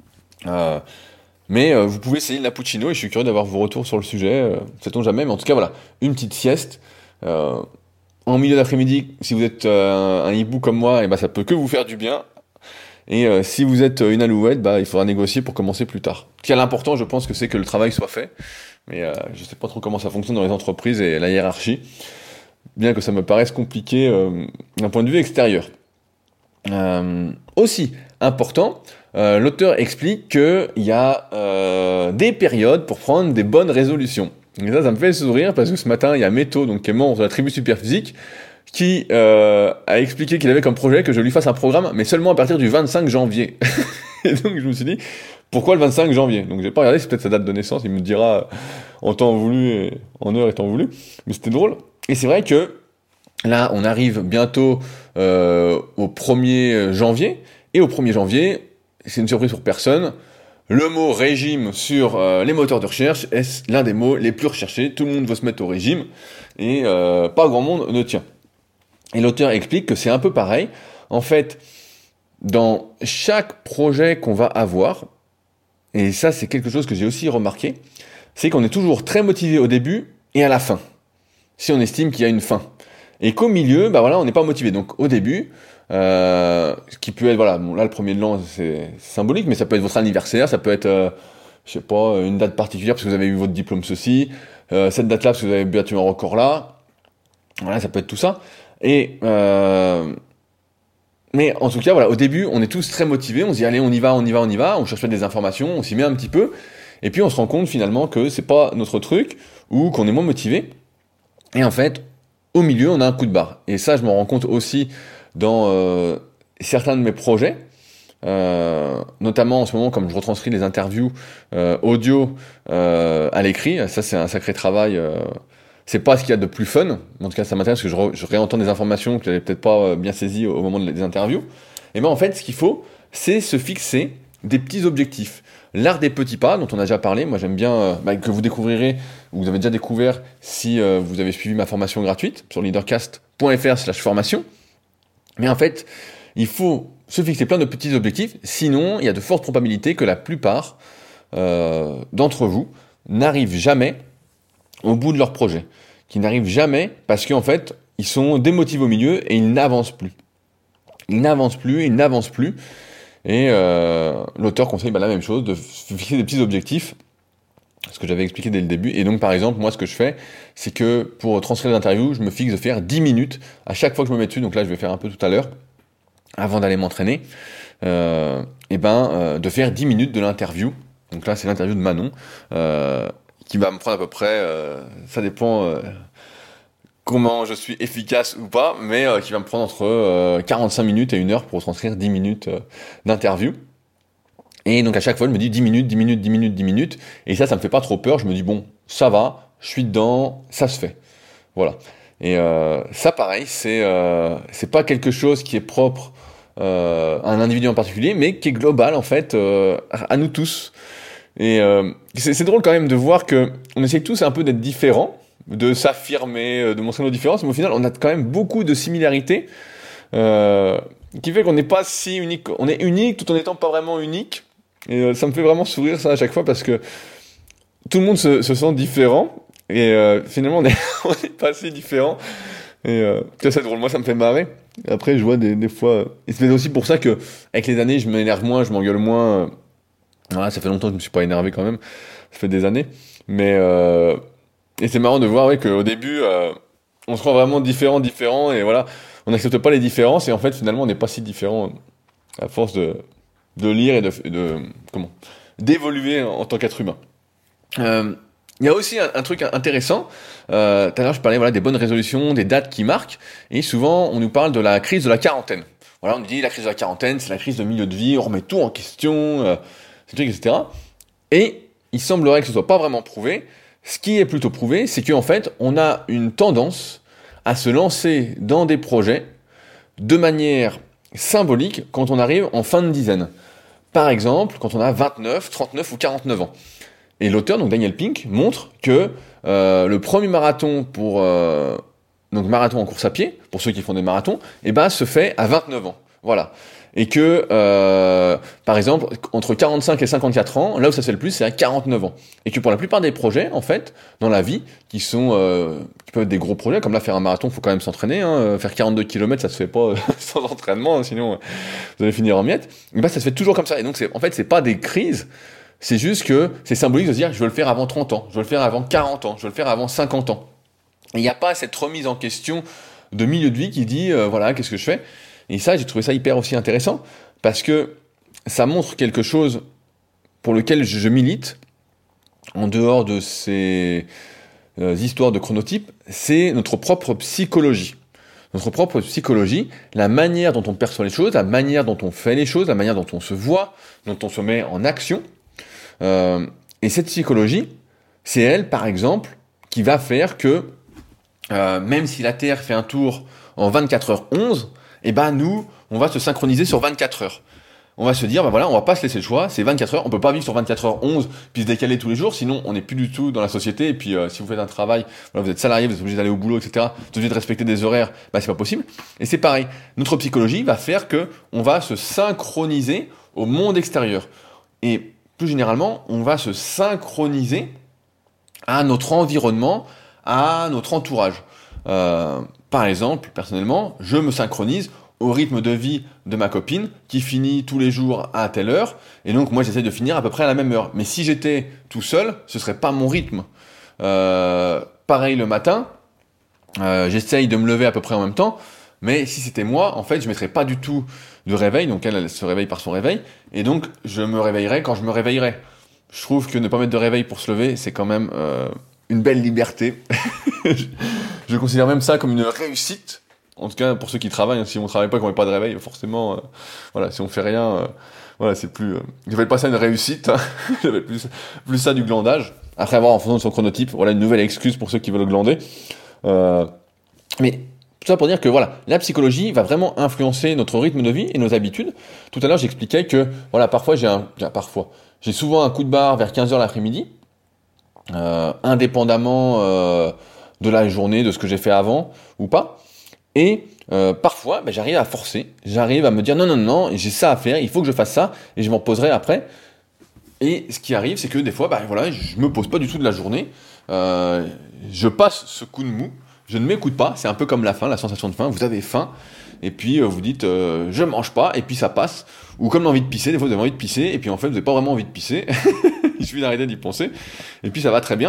A: Mais vous pouvez essayer le Cappuccino et je suis curieux d'avoir vos retours sur le sujet. Sait-on jamais, mais en tout cas voilà, une petite sieste en milieu d'après-midi. Si vous êtes un hibou comme moi, et ça peut que vous faire du bien. Et si vous êtes une alouette, il faudra négocier pour commencer plus tard. Ce qui est l'important, je pense que c'est que le travail soit fait. Mais je sais pas trop comment ça fonctionne dans les entreprises et la hiérarchie, bien que ça me paraisse compliqué d'un point de vue extérieur. Aussi important, l'auteur explique qu'il y a des périodes pour prendre des bonnes résolutions. Et ça me fait sourire parce que ce matin, il y a Méto, donc qui est membre de la tribu Superphysique, qui a expliqué qu'il avait comme projet que je lui fasse un programme, mais seulement à partir du 25 janvier. Et donc je me suis dit, pourquoi le 25 janvier? Donc j'ai pas regardé, c'est peut-être sa date de naissance, il me dira en temps voulu et en heure et temps voulu. Mais c'était drôle. Et c'est vrai que là, on arrive bientôt au 1er janvier, et au 1er janvier, c'est une surprise pour personne, le mot régime sur les moteurs de recherche est l'un des mots les plus recherchés. Tout le monde veut se mettre au régime, et pas grand monde ne tient. Et l'auteur explique que c'est un peu pareil. En fait, dans chaque projet qu'on va avoir, et ça c'est quelque chose que j'ai aussi remarqué, c'est qu'on est toujours très motivé au début et à la fin, si on estime qu'il y a une fin. Et qu'au milieu, on n'est pas motivé. Donc au début, ce qui peut être, là le 1er de l'an c'est symbolique, mais ça peut être votre anniversaire, ça peut être, une date particulière parce que vous avez eu votre diplôme ceci, cette date-là parce que vous avez battu un record là, voilà, ça peut être tout ça. Et mais en tout cas, au début, on est tous très motivés, on se dit allez, on y va, on cherche des informations, on s'y met un petit peu, et puis on se rend compte finalement que c'est pas notre truc, ou qu'on est moins motivé, et en fait, au milieu, on a un coup de barre. Et ça, je me rends compte aussi dans certains de mes projets, notamment en ce moment, comme je retranscris les interviews audio à l'écrit, ça c'est un sacré travail. C'est pas ce qu'il y a de plus fun, en tout cas ça m'intéresse parce que je réentends des informations que j'avais peut-être pas bien saisies au moment des interviews. Et en fait, ce qu'il faut, c'est se fixer des petits objectifs. L'art des petits pas, dont on a déjà parlé, moi j'aime bien, que vous découvrirez, ou vous avez déjà découvert si vous avez suivi ma formation gratuite sur leadercast.fr/formation. Mais en fait, il faut se fixer plein de petits objectifs, sinon il y a de fortes probabilités que la plupart d'entre vous n'arrivent jamais au bout de leur projet, qui n'arrivent jamais parce qu'en fait, ils sont démotivés au milieu et ils n'avancent plus. Ils n'avancent plus. Et l'auteur conseille la même chose, de fixer des petits objectifs, ce que j'avais expliqué dès le début. Et donc, par exemple, moi, ce que je fais, c'est que pour transcrire les interviews, je me fixe de faire 10 minutes à chaque fois que je me mets dessus. Donc là, je vais faire un peu tout à l'heure, avant d'aller m'entraîner, de faire 10 minutes de l'interview. Donc là, c'est l'interview de Manon, qui va me prendre à peu près, ça dépend comment je suis efficace ou pas, mais qui va me prendre entre 45 minutes et 1 heure pour transcrire 10 minutes d'interview. Et donc à chaque fois, je me dis 10 minutes, et ça me fait pas trop peur, je me dis bon, ça va, je suis dedans, ça se fait. Voilà. Et ça pareil, c'est pas quelque chose qui est propre à un individu en particulier, mais qui est global en fait, à nous tous. Et c'est drôle quand même de voir que on essaie tous un peu d'être différents, de s'affirmer, de montrer nos différences, mais au final on a quand même beaucoup de similarités, qui fait qu'on n'est pas si unique. On est unique tout en n'étant pas vraiment unique, et ça me fait vraiment sourire ça à chaque fois parce que tout le monde se sent différent, et finalement on n'est pas si différent, et c'est drôle, moi ça me fait marrer. Après je vois des fois, et c'est aussi pour ça que avec les années je m'énerve moins, je m'engueule moins. Voilà, ça fait longtemps que je me suis pas énervé quand même, ça fait des années, mais et c'est marrant de voir qu'au début on se rend vraiment différent, et voilà, on n'accepte pas les différences, et en fait finalement on n'est pas si différent à force de lire et d'évoluer en tant qu'être humain. Il y a aussi un truc intéressant. Tout à l'heure, je parlais des bonnes résolutions, des dates qui marquent, et souvent on nous parle de la crise de la quarantaine. Voilà, on nous dit la crise de la quarantaine, c'est la crise de milieu de vie, on remet tout en question, ces trucs, etc. Et il semblerait que ce soit pas vraiment prouvé. Ce qui est plutôt prouvé, c'est qu'en fait, on a une tendance à se lancer dans des projets de manière symbolique quand on arrive en fin de dizaine. Par exemple, quand on a 29, 39 ou 49 ans. Et l'auteur, donc Daniel Pink, montre que le premier marathon donc marathon en course à pied, pour ceux qui font des marathons, se fait à 29 ans. Voilà. Et que, par exemple, entre 45 et 54 ans, là où ça se fait le plus, c'est à 49 ans. Et que pour la plupart des projets, en fait, dans la vie, qui peuvent être des gros projets, comme là, faire un marathon, faut quand même s'entraîner, faire 42 km, ça se fait pas sans entraînement, sinon vous allez finir en miettes. Ça se fait toujours comme ça. Et donc, c'est pas des crises, c'est juste que c'est symbolique de se dire, je veux le faire avant 30 ans, je veux le faire avant 40 ans, je veux le faire avant 50 ans. Et il n'y a pas cette remise en question de milieu de vie qui dit, qu'est-ce que je fais ? Et ça, j'ai trouvé ça hyper aussi intéressant, parce que ça montre quelque chose pour lequel je milite, en dehors de ces histoires de chronotypes, c'est notre propre psychologie. Notre propre psychologie, la manière dont on perçoit les choses, la manière dont on fait les choses, la manière dont on se voit, dont on se met en action. Et cette psychologie, c'est elle, par exemple, qui va faire que, même si la Terre fait un tour en 24h11, nous, on va se synchroniser sur 24 heures. On va se dire, on va pas se laisser le choix, c'est 24 heures, on peut pas vivre sur 24h11, puis se décaler tous les jours, sinon on n'est plus du tout dans la société, et puis si vous faites un travail, vous êtes salarié, vous êtes obligé d'aller au boulot, etc., vous êtes obligé de respecter des horaires, c'est pas possible. Et c'est pareil, notre psychologie va faire que on va se synchroniser au monde extérieur. Et plus généralement, on va se synchroniser à notre environnement, à notre entourage. Par exemple, personnellement, je me synchronise au rythme de vie de ma copine qui finit tous les jours à telle heure, et donc moi j'essaie de finir à peu près à la même heure. Mais si j'étais tout seul, ce serait pas mon rythme. Pareil le matin, j'essaye de me lever à peu près en même temps, mais si c'était moi, en fait, je mettrais pas du tout de réveil, donc elle se réveille par son réveil, et donc je me réveillerai quand je me réveillerai. Je trouve que ne pas mettre de réveil pour se lever, c'est quand même une belle liberté. Je considère même ça comme une réussite. En tout cas, pour ceux qui travaillent, si on travaille pas, qu'on met pas de réveil, forcément, si on fait rien, c'est plus. J'appelle pas ça une réussite. Hein. J'appelle plus ça du glandage. Après avoir en fonction de son chronotype, une nouvelle excuse pour ceux qui veulent glander. Mais tout ça pour dire que la psychologie va vraiment influencer notre rythme de vie et nos habitudes. Tout à l'heure, j'expliquais que parfois j'ai souvent un coup de barre vers 15h l'après-midi, indépendamment de la journée, de ce que j'ai fait avant ou pas. Et parfois, j'arrive à forcer, j'arrive à me dire non, j'ai ça à faire, il faut que je fasse ça, et je m'en poserai après. Et ce qui arrive, c'est que des fois, je me pose pas du tout de la journée, je passe ce coup de mou, je ne m'écoute pas, c'est un peu comme la faim, la sensation de faim, vous avez faim, et puis vous dites je mange pas, et puis ça passe. Ou comme l'envie de pisser, des fois vous avez envie de pisser, et puis en fait vous n'avez pas vraiment envie de pisser, il suffit d'arrêter d'y penser, et puis ça va très bien.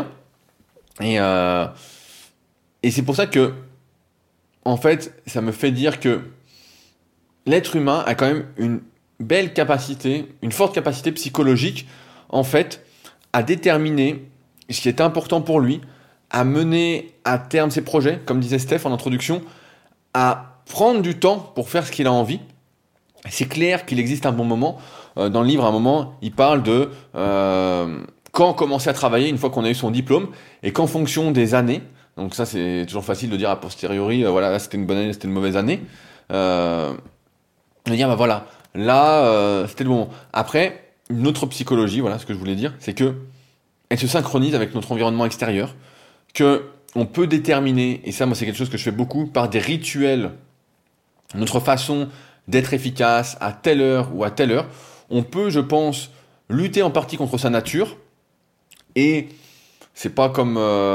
A: Et c'est pour ça que, en fait, ça me fait dire que l'être humain a quand même une belle capacité, une forte capacité psychologique, en fait, à déterminer ce qui est important pour lui, à mener à terme ses projets, comme disait Steph en introduction, à prendre du temps pour faire ce qu'il a envie. C'est clair qu'il existe un bon moment. Dans le livre, à un moment, il parle de quand commencer à travailler une fois qu'on a eu son diplôme, et qu'en fonction des années, donc ça c'est toujours facile de dire a posteriori, là c'était une bonne année, c'était une mauvaise année, de dire c'était le bon moment. Après, notre psychologie, ce que je voulais dire, c'est que elle se synchronise avec notre environnement extérieur, que on peut déterminer, et ça moi c'est quelque chose que je fais beaucoup, par des rituels, notre façon d'être efficace à telle heure ou à telle heure. On peut, je pense, lutter en partie contre sa nature, et c'est pas comme...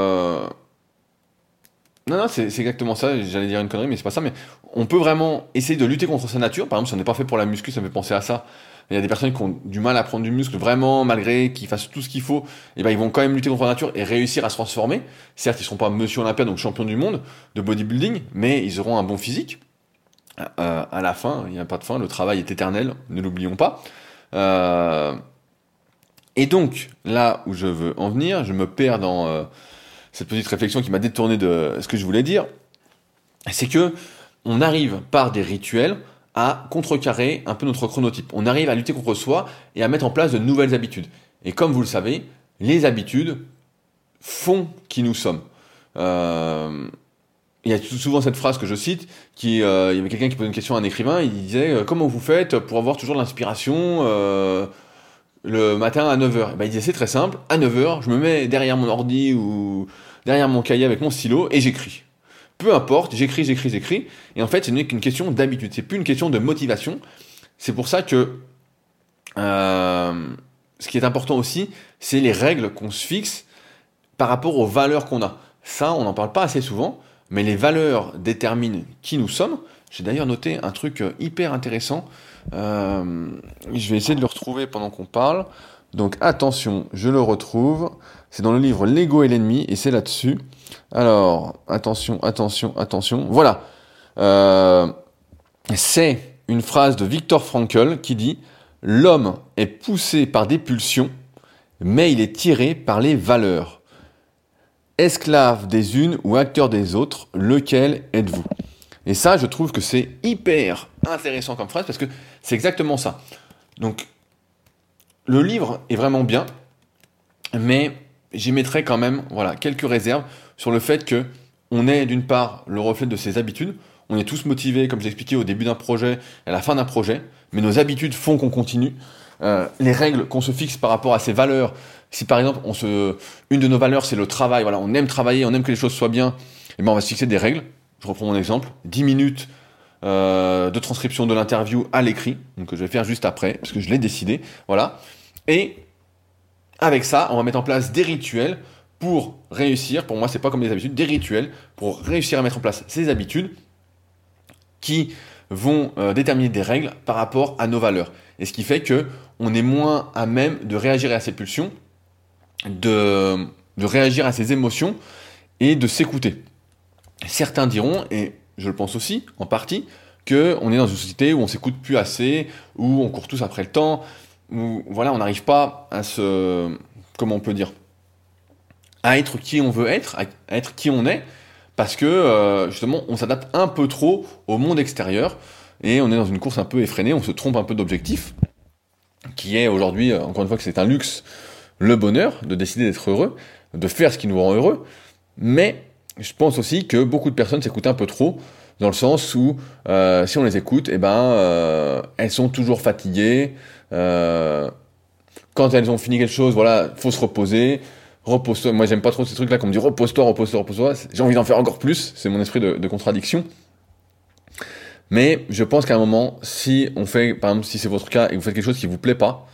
A: Non, c'est exactement ça, j'allais dire une connerie, mais c'est pas ça, mais on peut vraiment essayer de lutter contre sa nature. Par exemple, si on n'est pas fait pour la muscu, ça me fait penser à ça. Il y a des personnes qui ont du mal à prendre du muscle, vraiment, malgré qu'ils fassent tout ce qu'il faut, et ils vont quand même lutter contre la nature et réussir à se transformer. Certes, ils seront pas monsieur Olympia, donc champion du monde de bodybuilding, mais ils auront un bon physique. À la fin, il n'y a pas de fin, le travail est éternel, ne l'oublions pas. Et donc, là où je veux en venir, je me perds dans cette petite réflexion qui m'a détourné de ce que je voulais dire, c'est que on arrive par des rituels à contrecarrer un peu notre chronotype. On arrive à lutter contre soi et à mettre en place de nouvelles habitudes. Et comme vous le savez, les habitudes font qui nous sommes. Il y a souvent cette phrase que je cite, il y avait quelqu'un qui posait une question à un écrivain, il disait comment vous faites pour avoir toujours de l'inspiration le matin à 9 heures. Et ben, il disait c'est très simple, à 9 heures, je me mets derrière mon ordi ou derrière mon cahier avec mon stylo et j'écris. Peu importe, j'écris. Et en fait, ce n'est qu'une question d'habitude, c'est plus une question de motivation. C'est pour ça que ce qui est important aussi, c'est les règles qu'on se fixe par rapport aux valeurs qu'on a. Ça, on n'en parle pas assez souvent, mais les valeurs déterminent qui nous sommes. J'ai d'ailleurs noté un truc hyper intéressant. Je vais essayer de le retrouver pendant qu'on parle. Donc attention, je le retrouve. C'est dans le livre L'ego et l'ennemi, et c'est là-dessus. Alors, attention. Voilà. C'est une phrase de Viktor Frankl qui dit « L'homme est poussé par des pulsions, mais il est tiré par les valeurs. Esclave des unes ou acteur des autres, lequel êtes-vous » Et ça, je trouve que c'est hyper intéressant comme phrase parce que c'est exactement ça. Donc, le livre est vraiment bien, mais j'y mettrai quand même quelques réserves sur le fait que on est d'une part le reflet de ses habitudes. On est tous motivés, comme j'ai expliqué, au début d'un projet, à la fin d'un projet, mais nos habitudes font qu'on continue. Les règles qu'on se fixe par rapport à ses valeurs, si par exemple une de nos valeurs c'est le travail, on aime travailler, on aime que les choses soient bien, et ben on va se fixer des règles. Je reprends mon exemple, 10 minutes de transcription de l'interview à l'écrit, donc je vais faire juste après, parce que je l'ai décidé, voilà. Et avec ça, on va mettre en place des rituels pour réussir, pour moi c'est pas comme des habitudes, des rituels pour réussir à mettre en place ces habitudes qui vont déterminer des règles par rapport à nos valeurs. Et ce qui fait que on est moins à même de réagir à ses pulsions, de réagir à ses émotions et de s'écouter. Certains diront, et je le pense aussi, en partie, qu'on est dans une société où on s'écoute plus assez, où on court tous après le temps, où on n'arrive pas à comment on peut dire, à être qui on veut être, à être qui on est, parce que justement on s'adapte un peu trop au monde extérieur, et on est dans une course un peu effrénée, on se trompe un peu d'objectif, qui est aujourd'hui, encore une fois que c'est un luxe, le bonheur, de décider d'être heureux, de faire ce qui nous rend heureux, mais je pense aussi que beaucoup de personnes s'écoutent un peu trop, dans le sens où si on les écoute, elles sont toujours fatiguées. Quand elles ont fini quelque chose, faut se reposer. Repose-toi. Moi, j'aime pas trop ces trucs-là qu'on me dit repose-toi. J'ai envie d'en faire encore plus. C'est mon esprit de contradiction. Mais je pense qu'à un moment, si on fait, par exemple, si c'est votre cas et que vous faites quelque chose qui vous plaît pas,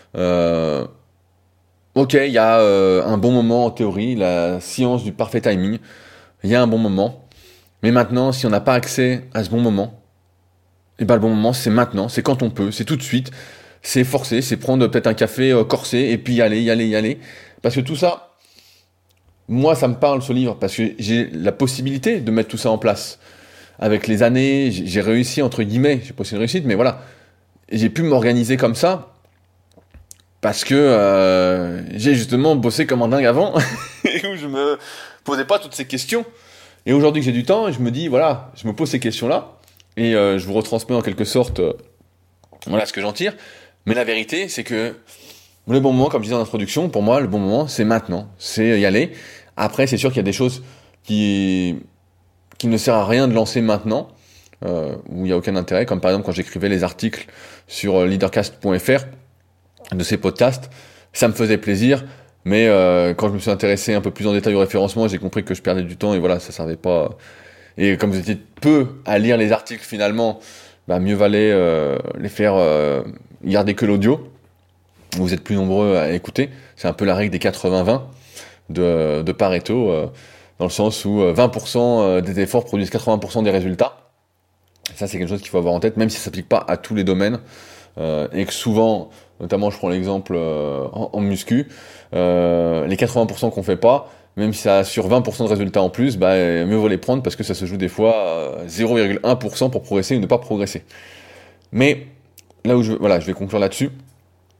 A: ok, il y a un bon moment en théorie, la science du parfait timing. Il y a un bon moment. Mais maintenant, si on n'a pas accès à ce bon moment, le bon moment, c'est maintenant, c'est quand on peut, c'est tout de suite, c'est forcé, c'est prendre peut-être un café corsé et puis y aller. Parce que tout ça, moi, ça me parle ce livre, parce que j'ai la possibilité de mettre tout ça en place. Avec les années, j'ai réussi, entre guillemets, je sais pas si c'est une réussite, mais j'ai pu m'organiser comme ça, parce que j'ai justement bossé comme un dingue avant, et où je me posais pas toutes ces questions. Et aujourd'hui que j'ai du temps, je me dis, je me pose ces questions-là, et je vous retransmets en quelque sorte ce que j'en tire. Mais la vérité, c'est que le bon moment, comme je disais en introduction, pour moi, le bon moment, c'est maintenant. C'est y aller. Après, c'est sûr qu'il y a des choses qui ne sert à rien de lancer maintenant, où il n'y a aucun intérêt, comme par exemple quand j'écrivais les articles sur leadercast.fr de ces podcasts, ça me faisait plaisir, mais quand je me suis intéressé un peu plus en détail au référencement, j'ai compris que je perdais du temps et ça servait pas. Et comme vous étiez peu à lire les articles finalement, mieux valait les faire garder que l'audio. Vous êtes plus nombreux à écouter. C'est un peu la règle des 80-20 de Pareto, dans le sens où 20% des efforts produisent 80% des résultats. Ça, c'est quelque chose qu'il faut avoir en tête, même si ça s'applique pas à tous les domaines, et que souvent, notamment je prends l'exemple en muscu, les 80% qu'on fait pas, même si ça assure 20% de résultats en plus, mieux vaut les prendre parce que ça se joue des fois 0,1% pour progresser ou ne pas progresser. Mais là où je vais conclure là-dessus,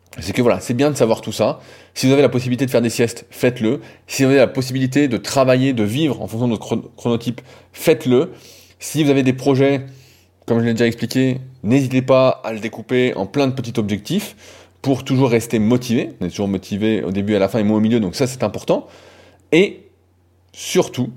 A: c'est que voilà, c'est bien de savoir tout ça. Si vous avez la possibilité de faire des siestes, faites-le. Si vous avez la possibilité de travailler, de vivre en fonction de votre chronotype, faites-le. Si vous avez des projets, comme je l'ai déjà expliqué, n'hésitez pas à le découper en plein de petits objectifs pour toujours rester motivé. On est toujours motivé au début, à la fin et moi au milieu, donc ça c'est important. Et surtout,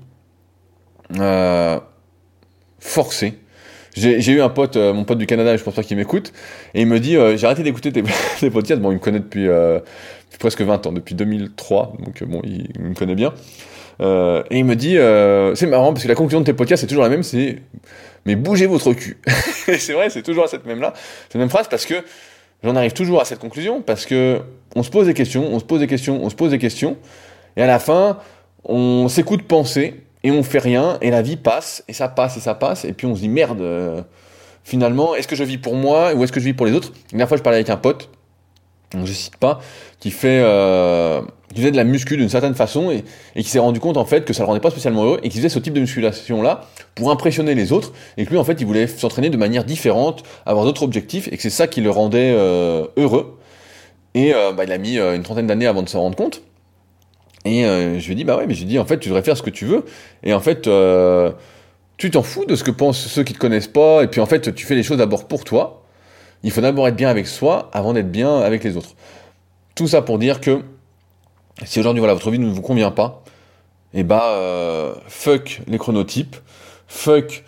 A: forcez. J'ai eu un pote, mon pote du Canada, je pense pas qu'il m'écoute, et il me dit j'ai arrêté d'écouter tes podcasts. Bon, il me connaît depuis presque 20 ans, depuis 2003, donc bon, il me connaît bien. Et il me dit c'est marrant parce que la conclusion de tes podcasts c'est toujours la même, c'est mais bougez votre cul. Et c'est vrai, c'est toujours cette même phrase, parce que j'en arrive toujours à cette conclusion, parce que on se pose des questions, et à la fin on s'écoute penser et on fait rien, et la vie passe, et ça passe, et puis on se dit merde, finalement, est-ce que je vis pour moi ou est-ce que je vis pour les autres? La dernière fois, je parlais avec un pote, donc je cite pas, qui faisait de la muscu d'une certaine façon, et qui s'est rendu compte en fait que ça le rendait pas spécialement heureux, et qu'il faisait ce type de musculation là pour impressionner les autres, et que lui en fait il voulait s'entraîner de manière différente, avoir d'autres objectifs, et que c'est ça qui le rendait heureux. Et il a mis une trentaine d'années avant de s'en rendre compte. Et je lui ai dit bah ouais, mais j'ai dit en fait tu devrais faire ce que tu veux, et en fait tu t'en fous de ce que pensent ceux qui te connaissent pas, et puis en fait tu fais les choses d'abord pour toi. Il faut d'abord être bien avec soi avant d'être bien avec les autres. Tout ça pour dire que si aujourd'hui voilà votre vie ne vous convient pas, et fuck les chronotypes, fuck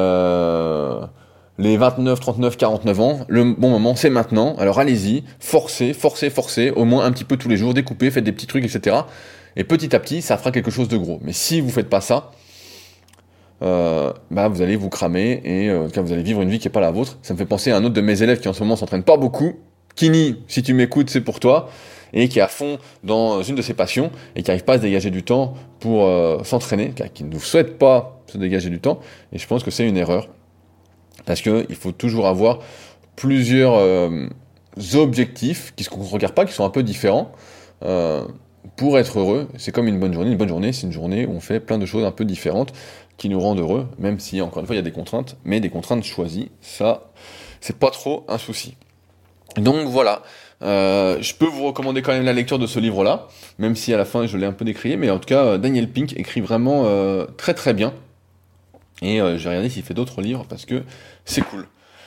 A: les 29, 39, 49 ans, le bon moment c'est maintenant, alors allez-y, forcez, au moins un petit peu tous les jours, découpez, faites des petits trucs, etc. Et petit à petit, ça fera quelque chose de gros. Mais si vous faites pas ça, vous allez vous cramer, et quand vous allez vivre une vie qui est pas la vôtre. Ça me fait penser à un autre de mes élèves qui en ce moment s'entraîne pas beaucoup, Kini, si tu m'écoutes, c'est pour toi, et qui est à fond dans une de ses passions, et qui arrive pas à se dégager du temps pour s'entraîner, qui ne souhaite pas se dégager du temps, et je pense que c'est une erreur, parce que il faut toujours avoir plusieurs objectifs qui se regarde pas, qui sont un peu différents, pour être heureux. C'est comme une bonne journée. Une bonne journée, c'est une journée où on fait plein de choses un peu différentes qui nous rendent heureux, même si, encore une fois, il y a des contraintes, mais des contraintes choisies, ça, c'est pas trop un souci. Donc voilà, je peux vous recommander quand même la lecture de ce livre-là, même si à la fin je l'ai un peu décrié, mais en tout cas, Daniel Pink écrit vraiment très très bien, et j'ai regardé s'il fait d'autres livres, parce que c'est cool.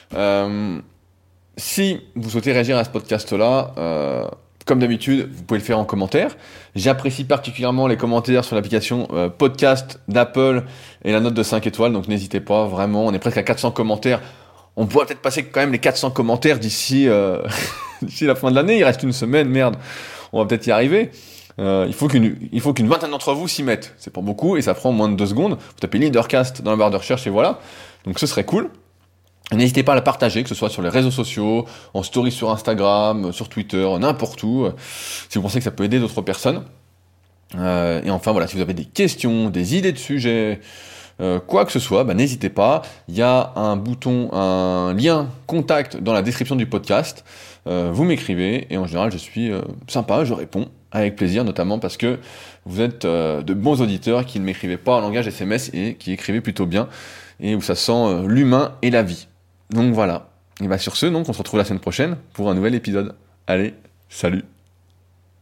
A: Si vous souhaitez réagir à ce podcast-là, comme d'habitude, vous pouvez le faire en commentaire. J'apprécie particulièrement les commentaires sur l'application podcast d'Apple et la note de 5 étoiles, donc n'hésitez pas, vraiment, on est presque à 400 commentaires. On pourrait peut-être passer quand même les 400 commentaires d'ici d'ici la fin de l'année, il reste une semaine, merde, on va peut-être y arriver. Il faut qu'une vingtaine d'entre vous s'y mettent, c'est pas beaucoup, et ça prend moins de 2 secondes. Vous tapez Leadercast dans la barre de recherche et voilà, donc ce serait cool. N'hésitez pas à la partager, que ce soit sur les réseaux sociaux, en story sur Instagram, sur Twitter, n'importe où, si vous pensez que ça peut aider d'autres personnes. Et enfin voilà, si vous avez des questions, des idées de sujets, quoi que ce soit, n'hésitez pas. Il y a un bouton, un lien contact dans la description du podcast. Vous m'écrivez, et en général je suis sympa, je réponds avec plaisir, notamment parce que vous êtes de bons auditeurs qui ne m'écrivaient pas en langage SMS et qui écrivaient plutôt bien, et où ça sent l'humain et la vie. Donc voilà. Et sur ce, donc, on se retrouve la semaine prochaine pour un nouvel épisode. Allez, salut!